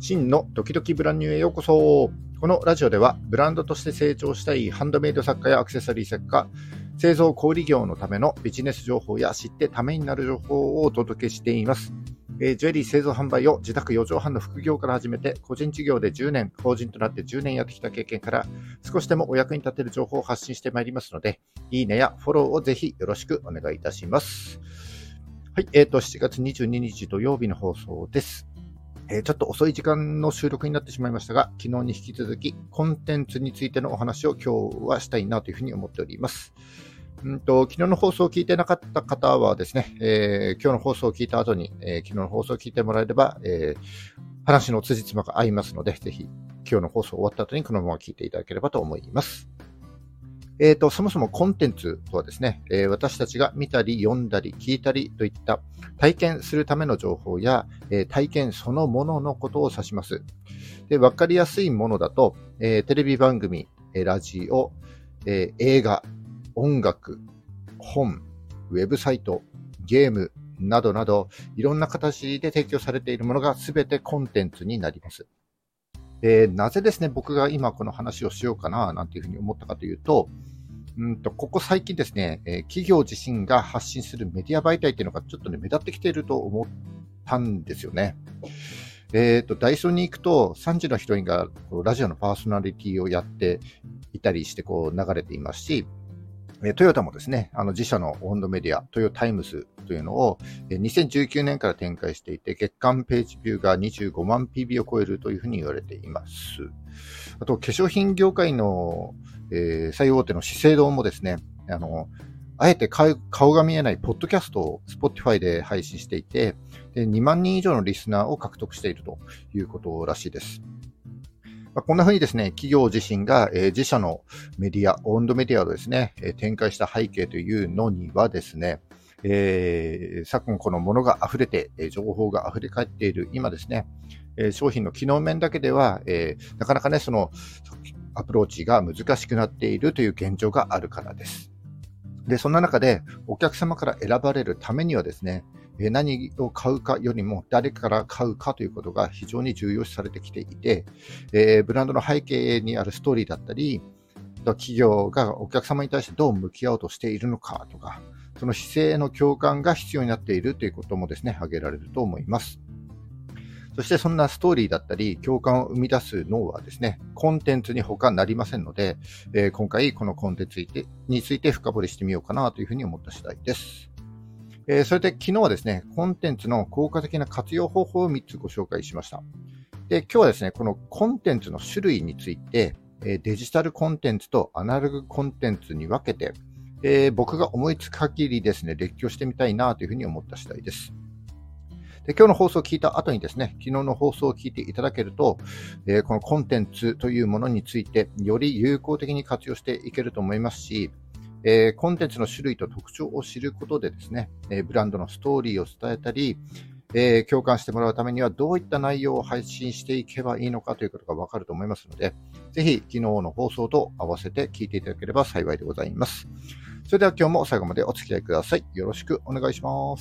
真のドキドキブランニューへようこそ。このラジオではブランドとして成長したいハンドメイド作家やアクセサリー作家、製造小売業のためのビジネス情報や知ってためになる情報をお届けしています。ジュエリー製造販売を自宅4畳半の副業から始めて、個人事業で10年、法人となって10年やってきた経験から、少しでもお役に立てる情報を発信してまいりますので、いいねやフォローをぜひよろしくお願いいたします。はい、7月22日土曜日の放送です。ちょっと遅い時間の収録になってしまいましたが、昨日に引き続きコンテンツについてのお話を今日はしたいなというふうに思っております。昨日の放送を聞いてなかった方はですね、今日の放送を聞いた後に、昨日の放送を聞いてもらえれば、話の辻褄が合いますので、ぜひ今日の放送終わった後にこのまま聞いていただければと思います。そもそもコンテンツとはですね、私たちが見たり読んだり聞いたりといった体験するための情報や、体験そのもののことを指します。で、わかりやすいものだと、テレビ番組、ラジオ、映画、音楽、本、ウェブサイト、ゲームなどなど、いろんな形で提供されているものがすべてコンテンツになります。なぜですね、僕が今この話をしようかな、なんていうふうに思ったかというと、ここ最近ですね、企業自身が発信するメディア媒体っていうのがちょっとね、目立ってきていると思ったんですよね。ダイソーに行くと3時のヒロインがラジオのパーソナリティをやっていたりして流れていますし、トヨタもですね、自社の温度メディア、トヨタイムズというのを2019年から展開していて、月間ページビューが25万 PV を超えるというふうに言われています。あと、化粧品業界の、最大手の資生堂もですね、あえて顔が見えないポッドキャストを Spotify で配信していて、で2万人以上のリスナーを獲得しているということらしいです。こんな風にですね、企業自身が自社のメディア、温度メディアをですね、展開した背景というのにはですね、昨今この物が溢れて、情報が溢れ返っている今ですね、商品の機能面だけでは、なかなかね、そのアプローチが難しくなっているという現状があるからです。で、そんな中でお客様から選ばれるためにはですね、何を買うかよりも誰から買うかということが非常に重要視されてきていて、ブランドの背景にあるストーリーだったり、企業がお客様に対してどう向き合おうとしているのかとか、その姿勢への共感が必要になっているということもですね、挙げられると思います。そしてそんなストーリーだったり共感を生み出す脳はですね、コンテンツに他なりませんので、今回このコンテンツについて深掘りしてみようかなというふうに思った次第です。それで昨日はですね、コンテンツの効果的な活用方法を3つご紹介しました。で、今日はですね、このコンテンツの種類について、デジタルコンテンツとアナログコンテンツに分けて、僕が思いつく限りですね、列挙してみたいなというふうに思った次第です。で、今日の放送を聞いた後にですね、昨日の放送を聞いていただけると、このコンテンツというものについてより有効的に活用していけると思いますし、コンテンツの種類と特徴を知ることでですね、ブランドのストーリーを伝えたり、共感してもらうためにはどういった内容を配信していけばいいのかということがわかると思いますので、ぜひ昨日の放送と合わせて聞いていただければ幸いでございます。それでは今日も最後までお付き合いください。よろしくお願いします。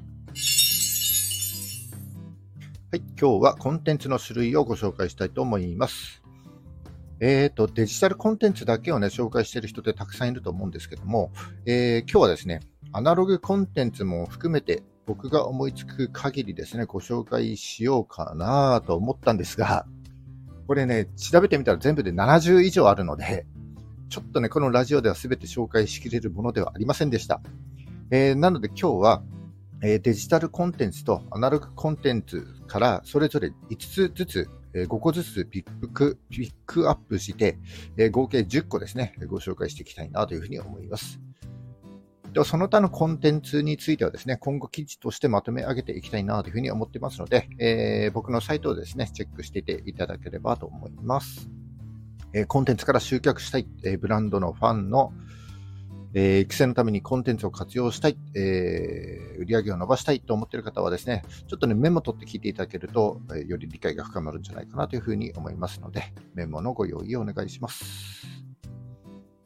はい、今日はコンテンツの種類をご紹介したいと思います。デジタルコンテンツだけをね、紹介している人ってたくさんいると思うんですけども、今日はですね、アナログコンテンツも含めて僕が思いつく限りですね、ご紹介しようかなと思ったんですが、これね、調べてみたら全部で70以上あるので、ちょっとね、このラジオでは全て紹介しきれるものではありませんでした。なので今日は、デジタルコンテンツとアナログコンテンツからそれぞれ5つずつ、5個ずつピックアップして、合計10個ですね、ご紹介していきたいなというふうに思います。ではその他のコンテンツについてはですね、今後記事としてまとめ上げていきたいなというふうに思っていますので、僕のサイトをですね、チェックしていただければと思います。コンテンツから集客したい、ブランドのファンの育成のためにコンテンツを活用したい、売り上げを伸ばしたいと思っている方はですね、ちょっとね、メモ取って聞いていただけると、より理解が深まるんじゃないかなというふうに思いますので、メモのご用意をお願いします。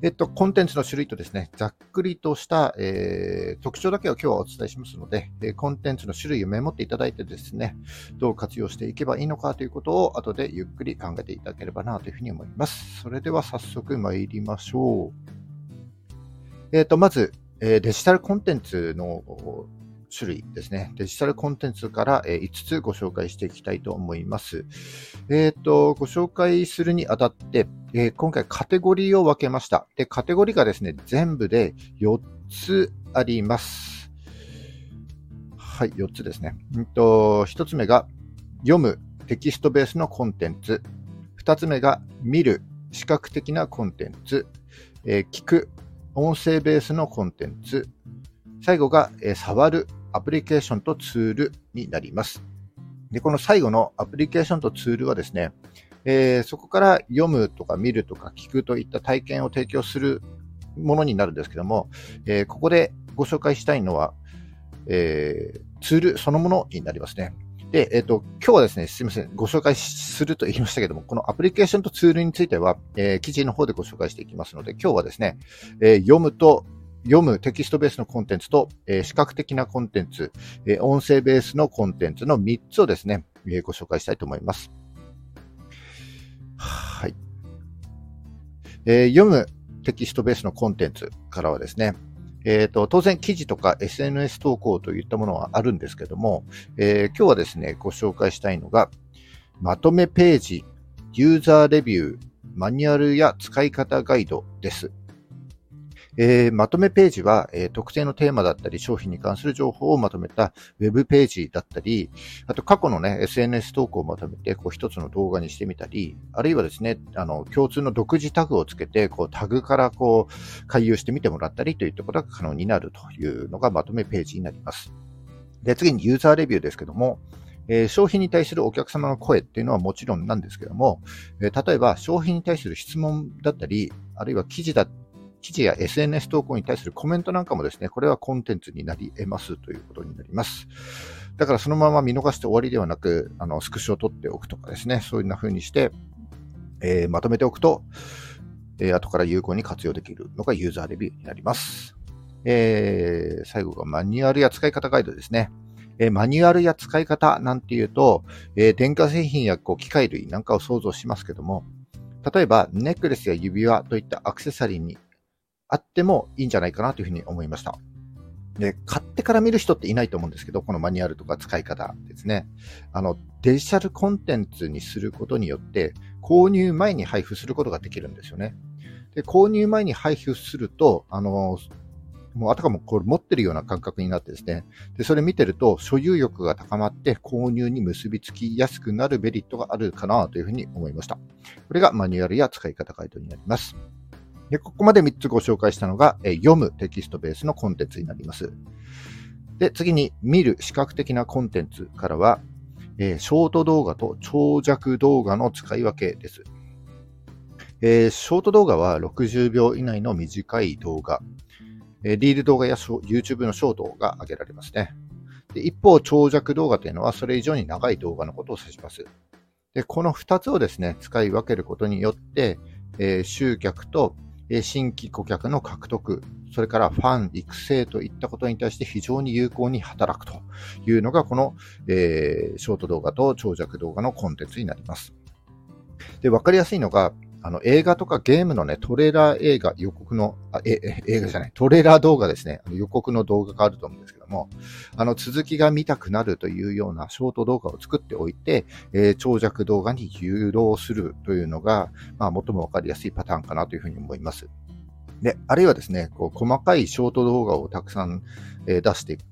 コンテンツの種類とですね、ざっくりとした、特徴だけを今日はお伝えしますので、コンテンツの種類をメモっていただいてですね、どう活用していけばいいのかということを後でゆっくり考えていただければなというふうに思います。それでは早速参りましょう。まず、デジタルコンテンツの種類ですね。デジタルコンテンツから5つご紹介していきたいと思います。ご紹介するにあたって、今回カテゴリーを分けました。で、カテゴリーがですね、全部で4つあります。はい、4つですね。1つ目が読むテキストベースのコンテンツ。2つ目が見る視覚的なコンテンツ。聞く音声ベースのコンテンツ。最後が触るアプリケーションとツールになります。で、この最後のアプリケーションとツールはですね、そこから読むとか見るとか聞くといった体験を提供するものになるんですけども、ここでご紹介したいのは、ツールそのものになりますね。で、今日はですね、すみません、ご紹介すると言いましたけども、このアプリケーションとツールについては、記事の方でご紹介していきますので、今日はですね、読むテキストベースのコンテンツと、視覚的なコンテンツ、音声ベースのコンテンツの3つをですね、ご紹介したいと思います。はい。読むテキストベースのコンテンツからはですね、当然記事とか SNS 投稿といったものはあるんですけども、今日はですね、ご紹介したいのが、まとめページ、ユーザーレビュー、マニュアルや使い方ガイドです。まとめページは、特定のテーマだったり商品に関する情報をまとめたウェブページだったり、あと過去のね、SNS 投稿をまとめて一つの動画にしてみたり、あるいはですね、共通の独自タグをつけて、タグから回遊してみてもらったりといったことが可能になるというのがまとめページになります。で、次にユーザーレビューですけども、商品に対するお客様の声っていうのはもちろんなんですけども、例えば商品に対する質問だったり、あるいは記事や SNS 投稿に対するコメントなんかもですね、これはコンテンツになり得ますということになります。だからそのまま見逃して終わりではなく、スクショを取っておくとかですね、そういう風にして、まとめておくと、後から有効に活用できるのがユーザーレビューになります。最後がマニュアルや使い方ガイドですね。マニュアルや使い方なんていうと、電化製品や機械類なんかを想像しますけども、例えばネックレスや指輪といったアクセサリーにあってもいいんじゃないかなというふうに思いました。で、買ってから見る人っていないと思うんですけど、このマニュアルとか使い方ですね。デジタルコンテンツにすることによって、購入前に配布することができるんですよね。で、購入前に配布すると、もうあたかもこれ持ってるような感覚になってですね。で、それ見てると所有欲が高まって購入に結びつきやすくなるメリットがあるかなというふうに思いました。これがマニュアルや使い方ガイドになります。で、ここまで3つご紹介したのが、読むテキストベースのコンテンツになります。で、次に見る視覚的なコンテンツからは、ショート動画と長尺動画の使い分けです。ショート動画は60秒以内の短い動画、リール動画や YouTube のショートが挙げられますね。で、一方、長尺動画というのはそれ以上に長い動画のことを指します。で、この2つをですね、使い分けることによって、集客と新規顧客の獲得、それからファン育成といったことに対して非常に有効に働くというのがこの、ショート動画と長尺動画のコンテンツになります。で、わかりやすいのが、映画とかゲームのね、トレーラー映画予告の、映画じゃない、トレーラー動画ですね、予告の動画があると思うんですけども、続きが見たくなるというようなショート動画を作っておいて、長尺動画に誘導するというのが、最もわかりやすいパターンかなというふうに思います。で、あるいはですね、細かいショート動画をたくさん、出していって、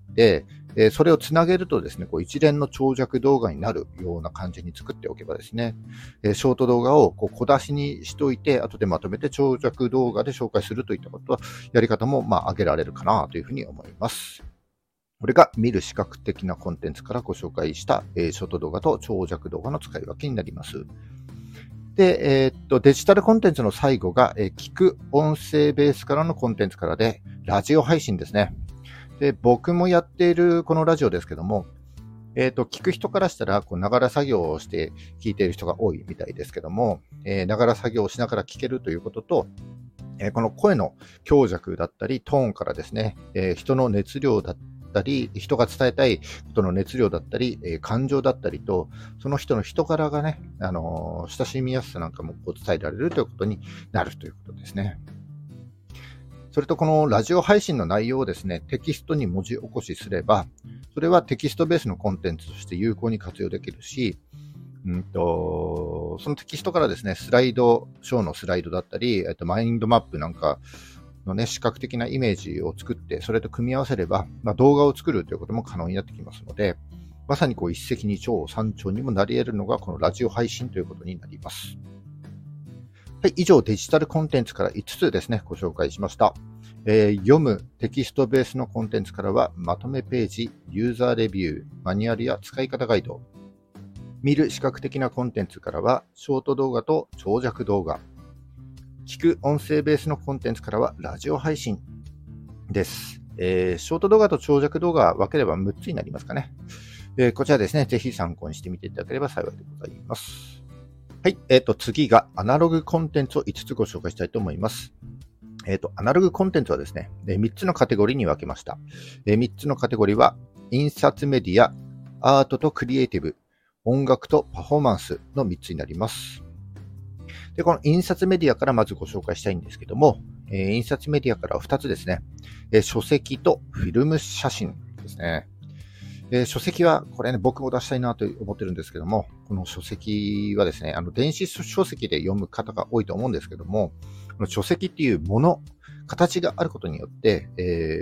それをつなげるとですね、一連の長尺動画になるような感じに作っておけばですね、ショート動画を小出しにしておいて、後でまとめて長尺動画で紹介するといったことは、やり方も挙げられるかなというふうに思います。これが見る視覚的なコンテンツからご紹介した、ショート動画と長尺動画の使い分けになります。で、デジタルコンテンツの最後が、聞く音声ベースからのコンテンツからで、ラジオ配信ですね。で、僕もやっているこのラジオですけども、聞く人からしたら、ながら作業をして聞いている人が多いみたいですけども、ながら作業をしながら聞けるということと、 この声の強弱だったり、トーンからですね、人の熱量だったり、人が伝えたいことの熱量だったり、感情だったりと、その人の人柄がね、親しみやすさなんかもこう伝えられるということになるということですね。それとこのラジオ配信の内容をですね、テキストに文字起こしすれば、それはテキストベースのコンテンツとして有効に活用できるし、そのテキストからですね、スライド、ショーのスライドだったり、マインドマップなんかのね、視覚的なイメージを作って、それと組み合わせれば、動画を作るということも可能になってきますので、まさにこう一石二鳥三鳥にもなり得るのがこのラジオ配信ということになります。はい、以上デジタルコンテンツから5つですね、ご紹介しました。読むテキストベースのコンテンツからは、まとめページ、ユーザーレビュー、マニュアルや使い方ガイド。見る視覚的なコンテンツからは、ショート動画と長尺動画。聞く音声ベースのコンテンツからは、ラジオ配信です。ショート動画と長尺動画分ければ6つになりますかね。こちらですね、ぜひ参考にしてみていただければ幸いでございます。はい、次がアナログコンテンツを5つご紹介したいと思います。アナログコンテンツはですね、3つのカテゴリーに分けました。3つのカテゴリーは、印刷メディア、アートとクリエイティブ、音楽とパフォーマンスの3つになります。で、この印刷メディアからまずご紹介したいんですけども、印刷メディアからは2つですね、書籍とフィルム写真ですね。書籍は、これね、僕も出したいなと思ってるんですけども、この書籍はですね、電子書籍で読む方が多いと思うんですけども、この書籍っていうもの、形があることによって、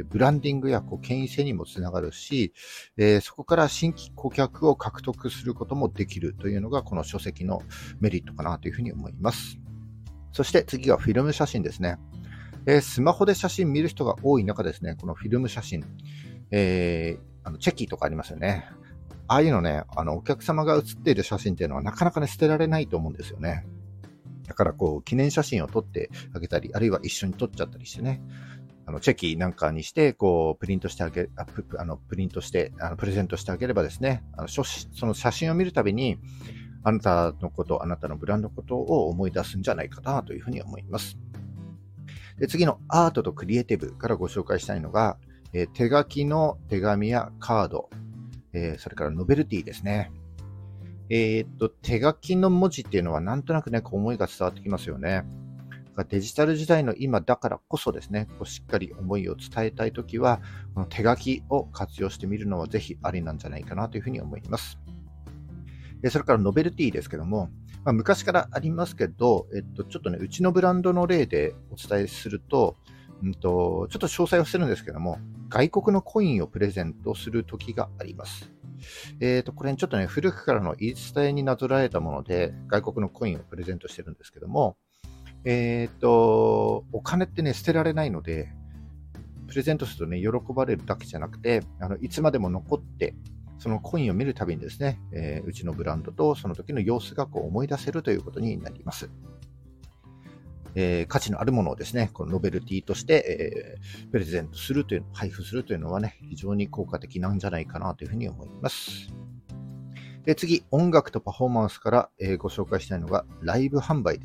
ブランディングや権威性にもつながるし、そこから新規顧客を獲得することもできるというのが、この書籍のメリットかなというふうに思います。そして次がフィルム写真ですね。スマホで写真見る人が多い中ですね、このフィルム写真、チェキとかありますよね。ああいうのね、お客様が写っている写真っていうのはなかなかね、捨てられないと思うんですよね。だから記念写真を撮ってあげたり、あるいは一緒に撮っちゃったりしてね、チェキなんかにして、プリントしてあげ、プリントして、プレゼントしてあげればですね、その写真を見るたびに、あなたのこと、あなたのブランドのことを思い出すんじゃないかなというふうに思います。で、次のアートとクリエイティブからご紹介したいのが、手書きの手紙やカード、それからノベルティですね。手書きの文字っていうのはなんとなくね、思いが伝わってきますよね。デジタル時代の今だからこそですね、しっかり思いを伝えたいときは、この手書きを活用してみるのはぜひありなんじゃないかなというふうに思います。それからノベルティですけども、昔からありますけど、ちょっとね、うちのブランドの例でお伝えすると、ちょっと詳細をしてるんですけども、外国のコインをプレゼントするときがあります。これちょっとね、古くからの言い伝えになぞらえたもので、外国のコインをプレゼントしてるんですけども、お金ってね、捨てられないので、プレゼントするとね、喜ばれるだけじゃなくて、いつまでも残って、そのコインを見るたびにですね、うちのブランドとその時の様子が思い出せるということになります。価値のあるものをですね、このノベルティとして、プレゼントするという、配布するというのはね、非常に効果的なんじゃないかなというふうに思います。で、次、音楽とパフォーマンスから、ご紹介したいのが、ライブ販売です。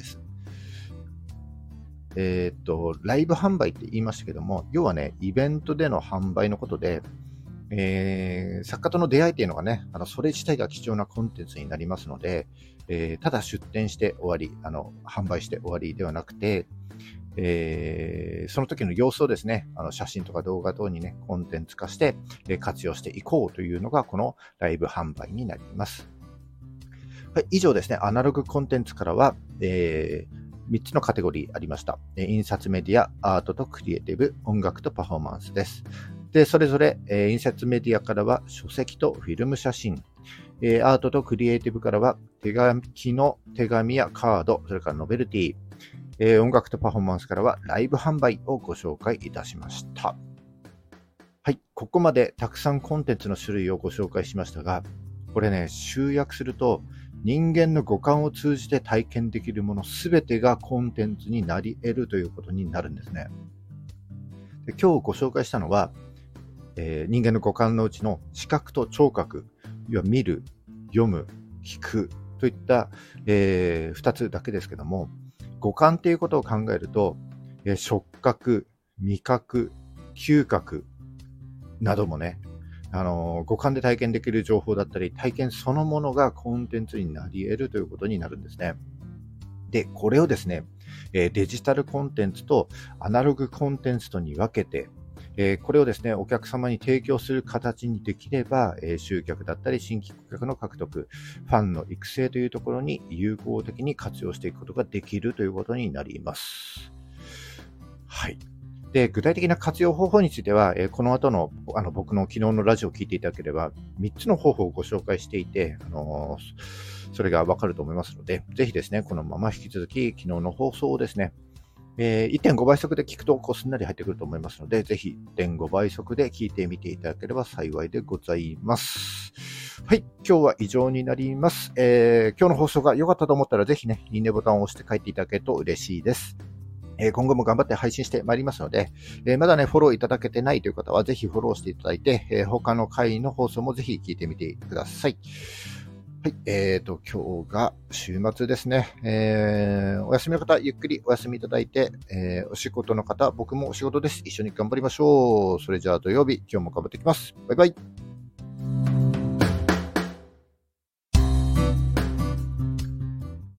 ライブ販売って言いましたけども、要はね、イベントでの販売のことで、作家との出会いっていうのがね、それ自体が貴重なコンテンツになりますので、ただ出店して終わり、販売して終わりではなくて、その時の様子をですね、写真とか動画等にね、コンテンツ化して、活用していこうというのが、このライブ販売になります。はい、以上ですね、アナログコンテンツからは、3つのカテゴリーありました。印刷メディア、アートとクリエイティブ、音楽とパフォーマンスです。で、それぞれ、印刷メディアからは書籍とフィルム写真、アートとクリエイティブからは手書きの手紙やカード、それからノベルティ、音楽とパフォーマンスからはライブ販売をご紹介いたしました。はい、ここまでたくさんコンテンツの種類をご紹介しましたが、これね、集約すると人間の五感を通じて体験できるものすべてがコンテンツになり得るということになるんですね。で、今日ご紹介したのは、人間の五感のうちの視覚と聴覚、要は見る、読む、聞くといった、2つだけですけども、五感っていうことを考えると、 触覚、味覚、嗅覚などもね、五感で体験できる情報だったり、体験そのものがコンテンツになり得るということになるんですね。で、これをですね、デジタルコンテンツとアナログコンテンツとに分けて、これをですね、お客様に提供する形にできれば、集客だったり新規顧客の獲得、ファンの育成というところに有効的に活用していくことができるということになります。はい。で、具体的な活用方法については、この後の僕の昨日のラジオを聞いていただければ、3つの方法をご紹介していて、それがわかると思いますので、ぜひですね、このまま引き続き、昨日の放送をですね、1.5 倍速で聞くとすんなり入ってくると思いますので、ぜひ 1.5 倍速で聞いてみていただければ幸いでございます。はい、今日は以上になります。今日の放送が良かったと思ったら、ぜひね、いいねボタンを押して帰っていただけると嬉しいです。今後も頑張って配信してまいりますので、まだね、フォローいただけてないという方は、ぜひフォローしていただいて、他の回の放送もぜひ聞いてみてください。はい、今日が週末ですね。お休みの方、ゆっくりお休みいただいて、お仕事の方、僕もお仕事です。一緒に頑張りましょう。それじゃあ土曜日、今日も頑張っていきます。バイバイ。